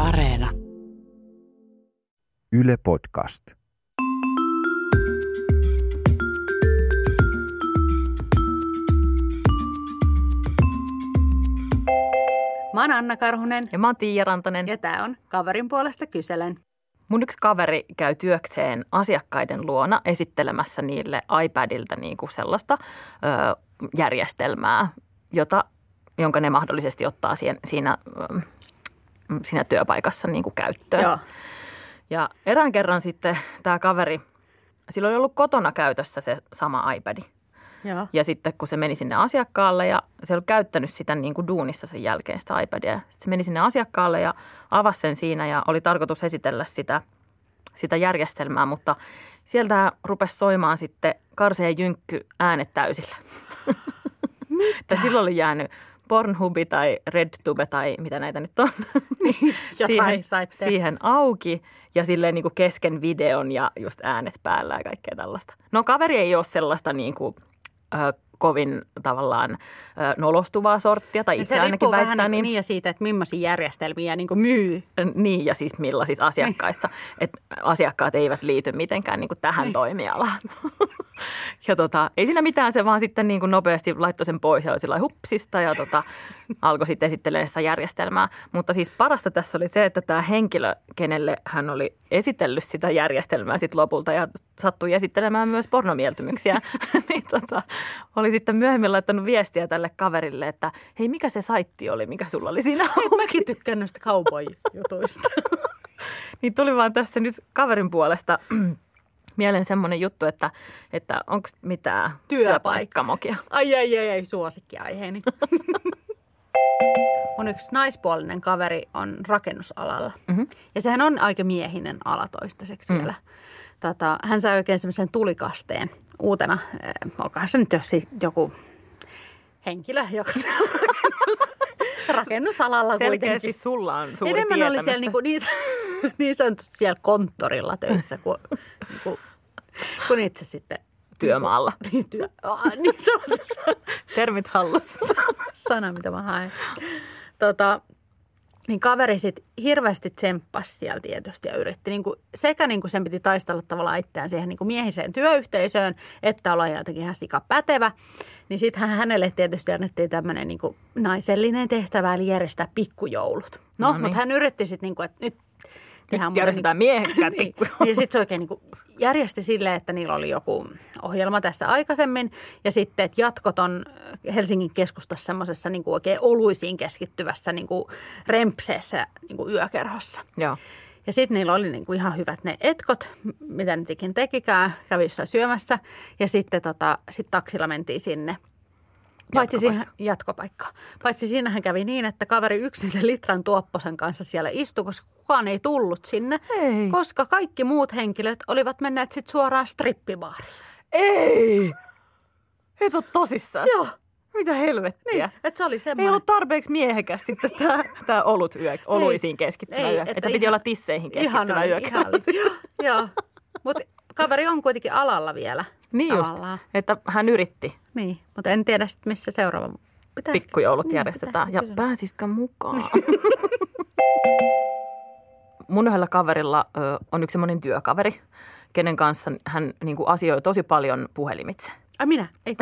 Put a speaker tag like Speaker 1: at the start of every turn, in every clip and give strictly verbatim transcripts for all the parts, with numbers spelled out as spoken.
Speaker 1: Areena.
Speaker 2: Yle Podcast.
Speaker 3: Mä oon Anna Karhunen.
Speaker 4: Ja mä oon Tiia Rantanen.
Speaker 3: Ja tää on Kaverin puolesta kyselen.
Speaker 4: Mun yksi kaveri käy työkseen asiakkaiden luona esittelemässä niille iPadilta niinku sellaista ö, järjestelmää, jota, jonka ne mahdollisesti ottaa siinä, siinä, siinä työpaikassa niinku käyttöön.
Speaker 3: Joo.
Speaker 4: Ja erään kerran sitten tämä kaveri, sillä oli ollut kotona käytössä se sama iPad.
Speaker 3: Joo.
Speaker 4: Ja sitten kun se meni sinne asiakkaalle ja se oli käyttänyt sitä niin kuin duunissa sen jälkeen sitä iPadia. Sitten se meni sinne asiakkaalle ja avasi sen siinä ja oli tarkoitus esitellä sitä, sitä järjestelmää, mutta sieltä rupesi soimaan sitten karsea jynkky äänet täysillä. Mitä? Silloin oli jäänyt Pornhubi tai RedTube tai mitä näitä nyt on, siihen, siihen auki ja silleen niin kuin kesken videon ja just äänet päällä ja kaikkea tällaista. No kaveri ei ole sellaista niin kuin Ö, kovin tavallaan ö, nolostuvaa sorttia, tai itse ainakin väittää.
Speaker 3: Vähän
Speaker 4: niin,
Speaker 3: niin ja siitä, että millaisia järjestelmiä niin kuin myy.
Speaker 4: Niin, ja siis millaisissa asiakkaissa. Että asiakkaat eivät liity mitenkään niin kuin tähän niin. toimialaan. Ja tota, ei siinä mitään, se vaan sitten niin kuin nopeasti laittoi sen pois ja oli sillä hupsista ja tota, alkoi sitten esittelemään sitä järjestelmää. Mutta siis parasta tässä oli se, että tämä henkilö, kenelle hän oli esitellyt sitä järjestelmää sitten lopulta ja sattui esittelemään myös pornomieltymyksiä, niin tota, oli sitten myöhemmin laittanut viestiä tälle kaverille, että hei, mikä se saitti oli, mikä sulla oli siinä?
Speaker 3: Mäkin tykkään noista cowboy-jutuista.
Speaker 4: Niin tuli vaan tässä nyt kaverin puolesta mieleen semmoinen juttu, että, että onko mitään työpaikkamokia.
Speaker 3: Ai, ai, ai, ai, suosikkiaiheeni. Mun yksi naispuolinen kaveri on rakennusalalla. Mm-hmm. Ja sehän on aika miehinen ala toistaiseksi mm. vielä. Tota, hän sai oikein semmoisen tulikasteen uutena. Eh, olkohan se nyt jos joku henkilö, joka rakennus, rakennusalalla
Speaker 4: selkeästi
Speaker 3: kuitenkin.
Speaker 4: Selkeästi sulla on suuri
Speaker 3: enemmän
Speaker 4: tietämistä.
Speaker 3: Oli siellä niin, kuin, niin, niin sanotusti siellä konttorilla töissä, kun, kun, kun itse sitten
Speaker 4: työmaalla.
Speaker 3: Niin, työ, oh, niin se on se sana.
Speaker 4: Termit hallussa.
Speaker 3: Sana, mitä mä haen. Tota, niin kaveri sitten hirveästi tsemppasi siellä tietysti ja yritti niin kuin, sekä niin kuin sen piti taistella tavallaan itseään siihen niin kuin miehiseen työyhteisöön, että olla jotenkin ihan sika pätevä. Niin sitten hänelle tietysti annettiin tämmöinen niin kuin naisellinen tehtävä, eli järjestää pikkujoulut. No, no niin. Mutta hän yritti sitten, niin kuin, että nyt
Speaker 4: Nyt järjestetään niin, miehekkäät pikkujoulut.
Speaker 3: Niin, ja sitten se oikein niin kuin järjesti silleen, että niillä oli joku ohjelma tässä aikaisemmin. Ja sitten, että jatkot on Helsingin keskustassa semmoisessa niin kuin oikein oluisiin keskittyvässä niin kuin rempseessä niin kuin yökerhossa.
Speaker 4: Joo.
Speaker 3: Ja sitten niillä oli niin kuin ihan hyvät ne etkot, mitä nyt ikin tekikään, kävi jossain syömässä. Ja sitten tota, sit taksilla mentiin sinne. Paitsi siihen jatkopaikkaa. Paitsi siinähän kävi niin, että kaveri yksin sen litran tuopposen kanssa siellä istui, koska kukaan ei tullut sinne.
Speaker 4: Ei.
Speaker 3: Koska kaikki muut henkilöt olivat menneet sitten suoraan strippibaariin.
Speaker 4: Ei! Et ole tosissaan.
Speaker 3: Joo.
Speaker 4: Mitä helvettiä?
Speaker 3: Niin, että se oli semmoinen.
Speaker 4: Ei ollut tarpeeksi miehekäs sitten tämä, tämä olut yö, oluisiin keskittyvä
Speaker 3: ei,
Speaker 4: yö.
Speaker 3: että,
Speaker 4: että piti
Speaker 3: ihan,
Speaker 4: olla tisseihin keskittyvä yö.
Speaker 3: Joo, mutta kaveri on kuitenkin alalla vielä.
Speaker 4: Niin just,
Speaker 3: tavallaan.
Speaker 4: että hän yritti.
Speaker 3: Niin, mutta en tiedä sitten missä seuraava. Pitää,
Speaker 4: pikkujoulut
Speaker 3: niin,
Speaker 4: järjestetään.
Speaker 3: Pitää,
Speaker 4: ja pääsisikö mukaan? Mun yhdellä kaverilla ö, on yksi semmoinen työkaveri, kenen kanssa hän niin kuin asioi tosi paljon puhelimitse.
Speaker 3: Ai minä? Ei.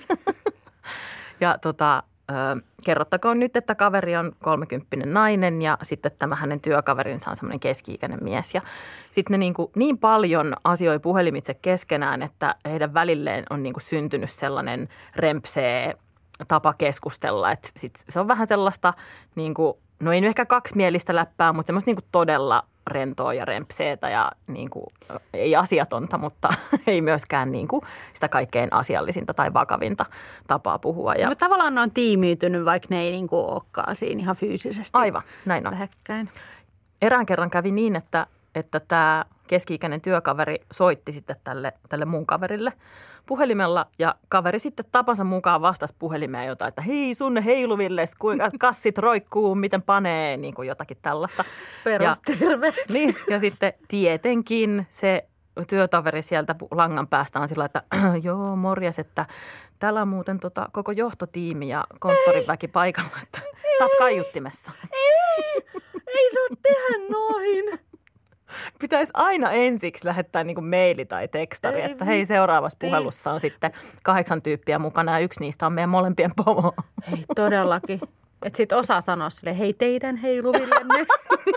Speaker 4: Ja tota, ö, kerrottakoon nyt, että kaveri on kolmekymppinen nainen ja sitten tämä hänen työkaverinsa on semmoinen keski-ikäinen mies. Ja sitten ne niin, kuin, niin paljon asioi puhelimitse keskenään, että heidän välilleen on niin kuin syntynyt sellainen rempsee tapa keskustella. Että sit se on vähän sellaista, niin kuin, no ei nyt ehkä kaksimielistä läppää, mutta semmoista niin kuin todella rentoa ja rempseetä ja niin kuin, ei asiatonta, mutta ei myöskään niin kuin sitä kaikkein asiallisinta tai vakavinta tapaa puhua. Ja
Speaker 3: no, tavallaan ne on tiimiytynyt, vaikka ne ei niin kuin olekaan siinä ihan fyysisesti.
Speaker 4: Aivan, näin on.
Speaker 3: Lähekkäin.
Speaker 4: Erään kerran kävi niin, että, että tämä keski-ikäinen työkaveri soitti sitten tälle, tälle mun kaverille puhelimella ja kaveri sitten tapansa mukaan vastasi puhelimeen jotain, että hei sun heiluvilles, kuinka kassit roikkuu, miten panee, niin kuin jotakin tällaista.
Speaker 3: Perusterve.
Speaker 4: Ja, niin, ja sitten tietenkin se työtoveri sieltä langan päästä on sillä, että joo morjes, että täällä on muuten tota, koko johtotiimi ja konttorin väki paikalla, että sä oot kaiuttimessa.
Speaker 3: Ei, ei saa tehdä
Speaker 4: pitäisi aina ensiksi lähettää niin kuin maili tai tekstari,
Speaker 3: Ei,
Speaker 4: että hei, seuraavassa puhelussa on sitten kahdeksan tyyppiä mukana ja yksi niistä on meidän molempien pomo.
Speaker 3: Ei todellakin. Että sit osaa sanoa silleen, hei teidän heiluvillenne.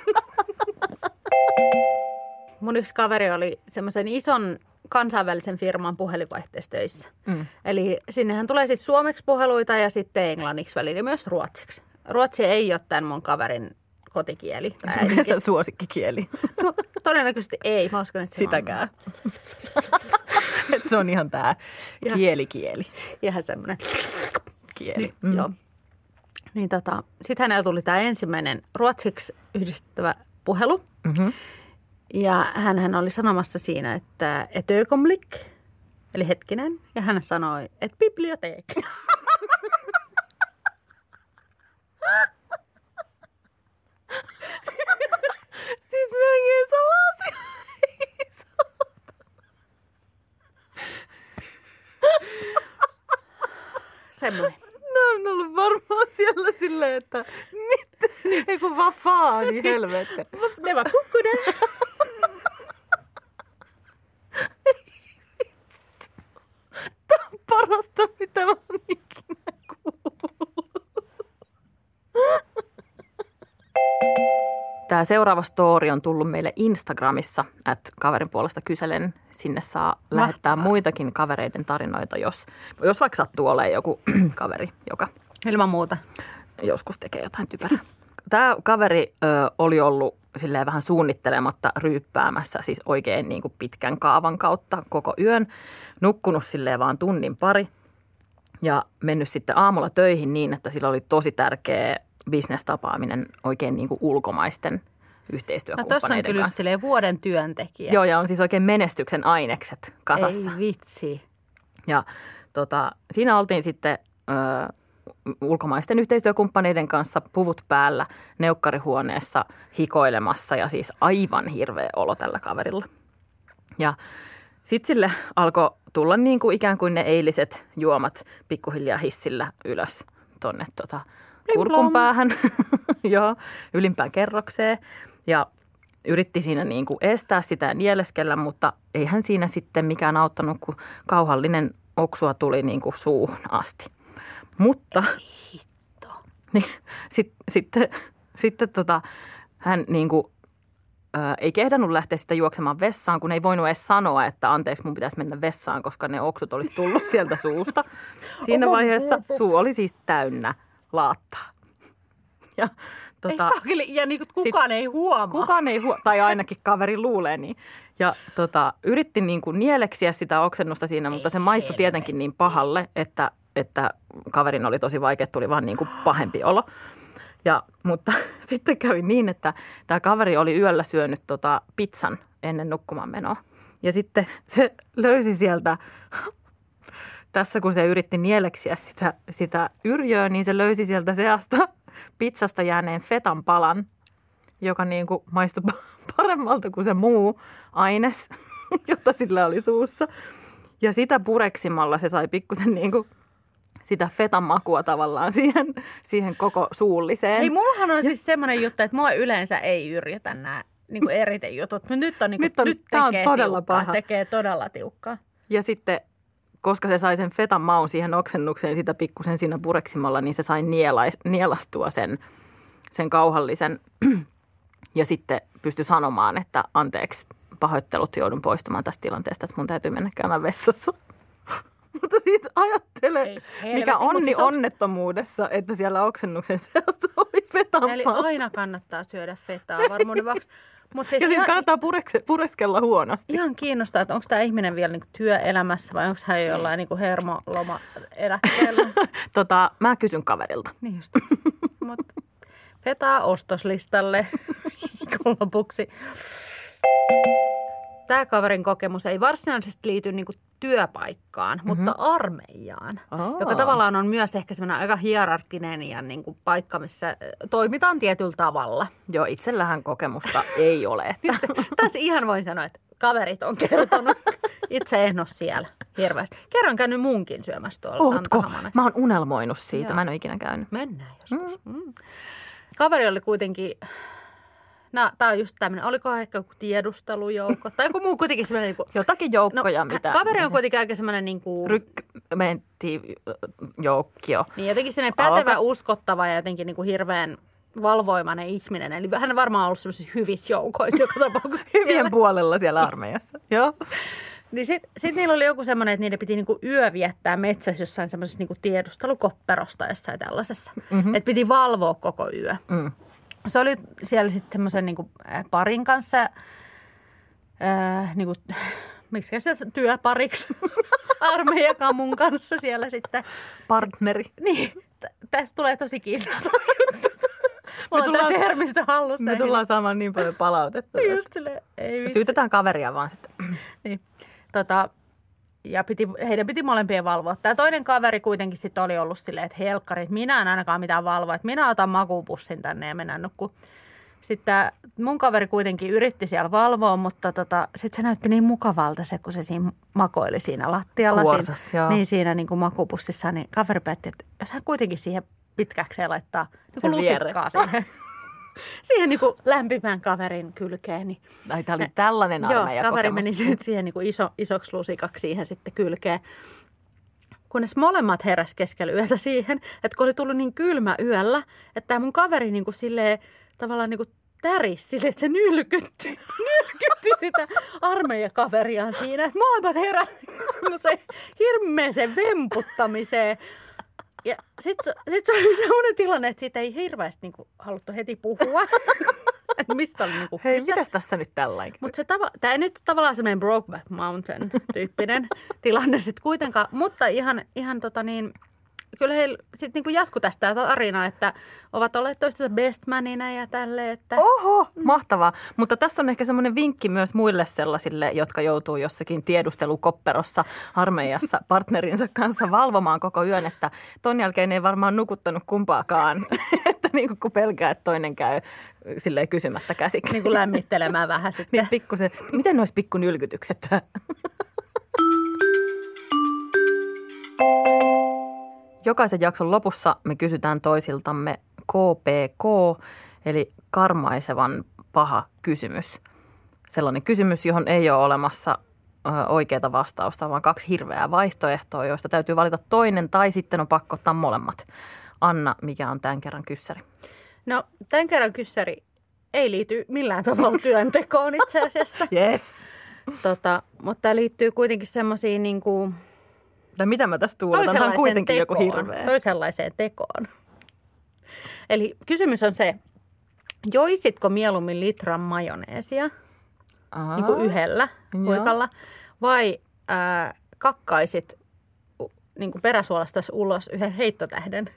Speaker 3: Mun yksi kaveri oli semmoisen ison kansainvälisen firman puhelinvaihteessa töissä. Mm. Eli sinnehän tulee siis suomeksi puheluita ja sitten englanniksi välillä ja myös ruotsiksi. Ruotsi ei ole tämän mun kaverin kotikieli.
Speaker 4: Se on mielestäni suosikkikieli.
Speaker 3: No, todennäköisesti ei. Mä uskon, että se
Speaker 4: sitäkään. Se on ihan tää kielikieli.
Speaker 3: Ihan semmoinen
Speaker 4: kieli.
Speaker 3: Niin,
Speaker 4: mm.
Speaker 3: Joo. Niin tota, sitten hänellä tuli tämä ensimmäinen ruotsiksi yhdistettävä puhelu. Mm-hmm. Ja hän oli sanomassa siinä, että et ögonblick, eli hetkinen. Ja hän sanoi, että bibliotek.
Speaker 4: Siis melkein sama asia.
Speaker 3: Semmoinen.
Speaker 4: No on ollut varmaan siellä silleen, että mitä? Ei kun vaan faani, helvetti.
Speaker 3: Ne vaan kukkunen.
Speaker 4: Tämä on parasta, mitä mä oon ikinä kuullut. Tämä seuraava story on tullut meille Instagramissa, että kaverin puolesta kyselen. Sinne saa Mahtavaa. Lähettää muitakin kavereiden tarinoita, jos, jos vaikka sattuu olemaan joku kaveri, joka
Speaker 3: ilman muuta
Speaker 4: joskus tekee jotain typerää. Tämä kaveri ö, oli ollut silleen vähän suunnittelematta ryyppäämässä, siis oikein niin kuin pitkän kaavan kautta koko yön. Nukkunut silleen vaan tunnin pari ja mennyt sitten aamulla töihin niin, että sillä oli tosi tärkeä bisnestapaaminen oikein niin kuin ulkomaisten yhteistyökumppaneiden
Speaker 3: kanssa. No tuossa on kyllä
Speaker 4: kanssa.
Speaker 3: silleen vuoden työntekijä.
Speaker 4: Joo, ja on siis oikein menestyksen ainekset kasassa.
Speaker 3: Ei vitsi.
Speaker 4: Ja tota, siinä oltiin sitten ö, ulkomaisten yhteistyökumppaneiden kanssa puvut päällä neukkarihuoneessa hikoilemassa ja siis aivan hirveä olo tällä kaverilla. Ja sitten sille alkoi tulla niin kuin ikään kuin ne eiliset juomat pikkuhiljaa hissillä ylös tonne tota, kurkun päähän, joo, ylimpään kerrokseen ja yritti siinä niin kuin estää sitä ja nieleskellä, mutta eihän siinä sitten mikään auttanut, kun kauhallinen oksua tuli niin kuin suuhun asti. Mutta
Speaker 3: hitto.
Speaker 4: Niin, sit, sitten, sitten tota, hän niin kuin, ä, ei kehdannut lähteä sitä juoksemaan vessaan, kun ei voinut edes sanoa, että anteeksi mun pitäisi mennä vessaan, koska ne oksut olisi tullut sieltä suusta. Siinä vaiheessa suu oli siis täynnä laattaa. Ja,
Speaker 3: tota, ei saakeli, ja niin kuin kukaan sit, ei huomaa.
Speaker 4: Kukaan ei huomaa, tai ainakin kaveri luulee niin. Ja tota, yritti niin kuin nieleksiä sitä oksennusta siinä, ei mutta se maistui helvetti. Tietenkin niin pahalle, että, että kaverin oli tosi vaikea, tuli vaan niin kuin pahempi olo. Ja, mutta sitten kävi niin, että tämä kaveri oli yöllä syönyt tota pizzan ennen nukkumaan menoa. Ja sitten se löysi sieltä, tässä kun se yritti nieleksiä sitä, sitä yrjöä, niin se löysi sieltä seasta pizzasta jääneen fetan palan, joka niin kuin maistui paremmalta kuin se muu aines, jota sillä oli suussa. Ja sitä pureksimalla se sai pikkusen niin kuin sitä fetan makua tavallaan siihen, siihen koko suulliseen.
Speaker 3: Hei, mullahan on siis semmoinen juttu, että mua yleensä ei yrjätä nämä niin kuin eritejutut. Mutta nyt on, niin kuin, nyt, on, nyt tekee on todella tiukkaa, paha. tekee todella tiukkaa.
Speaker 4: Ja sitten, koska se sai sen fetan maun siihen oksennukseen sitä pikkusen siinä pureksimalla, niin se sai nielais, nielastua sen, sen kauhallisen. Ja sitten pystyi sanomaan, että anteeksi, pahoittelut, joudun poistumaan tästä tilanteesta, että mun täytyy mennä käymään vessassa. Mutta siis ajattele, ei, mikä onni siis onnettomuudessa, että siellä oksennuksen seassa oli fetan
Speaker 3: eli aina kannattaa syödä fetaa varmuuden vuoksi. Mut siis
Speaker 4: ja siis
Speaker 3: ihan,
Speaker 4: kannattaa purekse, pureskella huonosti.
Speaker 3: Ihan kiinnostaa, että onko tämä ihminen vielä niinku työelämässä vai onko hän jollain niinku hermoloma-eläkkeellä?
Speaker 4: tota, mä kysyn kaverilta.
Speaker 3: Niin just. Mut fetaa ostoslistalle lopuksi. Tämä kaverin kokemus ei varsinaisesti liity niinku työpaikkaan, mm-hmm. mutta armeijaan, oh. joka tavallaan on myös ehkä semmoinen aika hierarkkinen ja niinku paikka, missä toimitaan tietyllä tavalla.
Speaker 4: Joo, itsellähän kokemusta ei ole. Että.
Speaker 3: Tässä ihan voin sanoa, että kaverit on kertonut. Itse en ole siellä hirveästi. Kerran käynyt muunkin syömässä tuolla Santahamanassa.
Speaker 4: Mä oon unelmoinut siitä. Joo. Mä en ole ikinä käynyt.
Speaker 3: Mennään joskus. Mm. Mm. Kaveri oli kuitenkin no, tämä on just tämmöinen, olikohan ehkä joku tiedustelujoukko tai joku muu kuitenkin semmoinen. Niin kuin,
Speaker 4: jotakin joukkoja,
Speaker 3: no,
Speaker 4: mitä.
Speaker 3: Kaveri on kuitenkin aika semmoinen niin kuin.
Speaker 4: Rykmentijoukkio.
Speaker 3: Niin jotenkin semmoinen pätevä, Alokas. uskottava ja jotenkin niin kuin hirveän valvoimainen ihminen. Eli hän on varmaan ollut semmoisissa hyvissä joukoissa joka tapauksessa.
Speaker 4: Hyvien puolella siellä armeijassa, joo.
Speaker 3: Niin sitten sit niillä oli joku semmoinen, että niiden piti niinku yö viettää metsässä jossain semmoisessa niinku tiedustelukopperosta jossain tällaisessa. Mm-hmm. Että piti valvoa koko yö. Mm. Se oli siellä sitten semmoisen niinku parin kanssa, äh, niinku, miksi se työpariksi, armeijakamun kanssa siellä sitten.
Speaker 4: Partneri.
Speaker 3: Niin, t- tässä tulee tosi kiinnostava juttu. Mulla on tämä termistö hallussa.
Speaker 4: Me tullaan saamaan niin paljon palautetta.
Speaker 3: Just silleen, ei vitsi.
Speaker 4: Syytetään kaveria vaan sitten.
Speaker 3: Niin. Tota, ja piti, heidän piti molempien valvoa. Tämä toinen kaveri kuitenkin sitten oli ollut silleen, että helkkarit, minä en ainakaan mitään valvoa, että minä otan makupussin tänne ja mennään nukkuun. Sitten mun kaveri kuitenkin yritti siellä valvoa, mutta tota, sitten se näytti niin mukavalta se, kun se siinä makoili siinä lattialla.
Speaker 4: Kuorsas,
Speaker 3: siinä, joo. Niin siinä niin kuin makupussissa, niin kaveri päätti, että jos hän kuitenkin siihen pitkäkseen laittaa niin lusikkaa siihen. Siihen niin kuin lämpimän kaverin kylkeen. Niin
Speaker 4: Ai, tämä oli tällainen armeija
Speaker 3: Joo, kaveri meni sitten siihen niin kuin iso, isoksi lusikaksi siihen sitten kylkeen. Kunnes molemmat heräsi keskellä yötä siihen, että kun oli tullut niin kylmä yöllä, että tämä mun kaveri niin kuin silleen, tavallaan niin kuin tärisi silleen, että se nylkytti, nylkytti sitä armeijakaveriaan siinä. Että molemmat heräsivät semmoiseen hirmeeseen vemputtamiseen. Ja sitten sit se oli sellainen tilanne, että siitä ei hirveästi niinku haluttu heti puhua. Että mistä oli niinku
Speaker 4: Hei, mitäs tässä nyt tällainen?
Speaker 3: Mutta tämä ei nyt ole tavallaan semmoinen Brokeback Mountain-tyyppinen tilanne sitten kuitenkaan. Mutta ihan, ihan tota niin, kyllä heillä sitten niinku jatkui tästä tarina, että ovat olleet toistensa bestmanina ja tälleen. Että
Speaker 4: Oho, mahtavaa. Mutta tässä on ehkä semmoinen vinkki myös muille sellaisille, jotka joutuu jossakin tiedustelukopperossa armeijassa partnerinsa kanssa valvomaan koko yön, että ton jälkeen ei varmaan nukuttanut kumpaakaan, että niin kuin kun pelkää, että toinen käy silleen kysymättä käsiksi.
Speaker 3: Niin kuin lämmittelemään vähän sitten.
Speaker 4: Niin pikkusen, miten olisi pikkunylkytykset? Jokaisen jakson lopussa me kysytään toisiltamme K P K, eli karmaisevan paha kysymys. Sellainen kysymys, johon ei ole olemassa oikeaa vastausta, vaan kaksi hirveää vaihtoehtoa, joista täytyy valita toinen tai sitten on pakko ottaa molemmat. Anna, mikä on tämän kerran kyssäri?
Speaker 3: No, tämän kerran kyssäri ei liity millään tavalla työntekoon itse asiassa.
Speaker 4: Yes.
Speaker 3: Tota, mutta tämä liittyy kuitenkin semmoisiin niin kuin
Speaker 4: tai mitä mä tässä tuuletan? Tämä on kuitenkin tekoon, joku hirveä.
Speaker 3: Toisenlaiseen tekoon. Eli kysymys on se, joisitko mieluummin litran majoneesia niin kuin yhdellä huikalla vai ää, kakkaisit niin kuin peräsuolastasi ulos yhden heittotähden?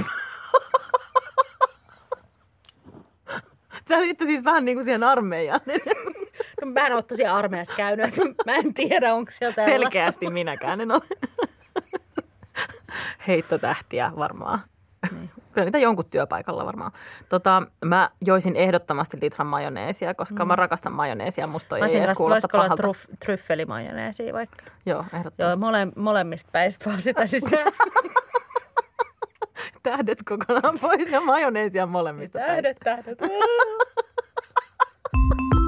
Speaker 4: Tämä liittyy siis vähän niin kuin siihen armeijaan.
Speaker 3: No, mä en ole tosiaan armeijassa käynyt. Mä en tiedä, onko siellä tällaista.
Speaker 4: Selkeästi minäkään en ole. Heittotähtiä varmaan. Niin. Kyllä niitä jonkun työpaikalla varmaan. Tota, mä joisin ehdottomasti litran majoneesia, koska mm. mä rakastan majoneesia. Musta ei edes kuulosta pahalta.
Speaker 3: Voisiko olla truff, tryffelimajoneesia vaikka?
Speaker 4: Joo, ehdottomasti.
Speaker 3: Joo, mole, molemmista päistä vaan sitä sisään.
Speaker 4: Tähdet kokonaan pois ja majoneesia molemmista
Speaker 3: tähdet,
Speaker 4: päistä.
Speaker 3: Tähdet, tähdet.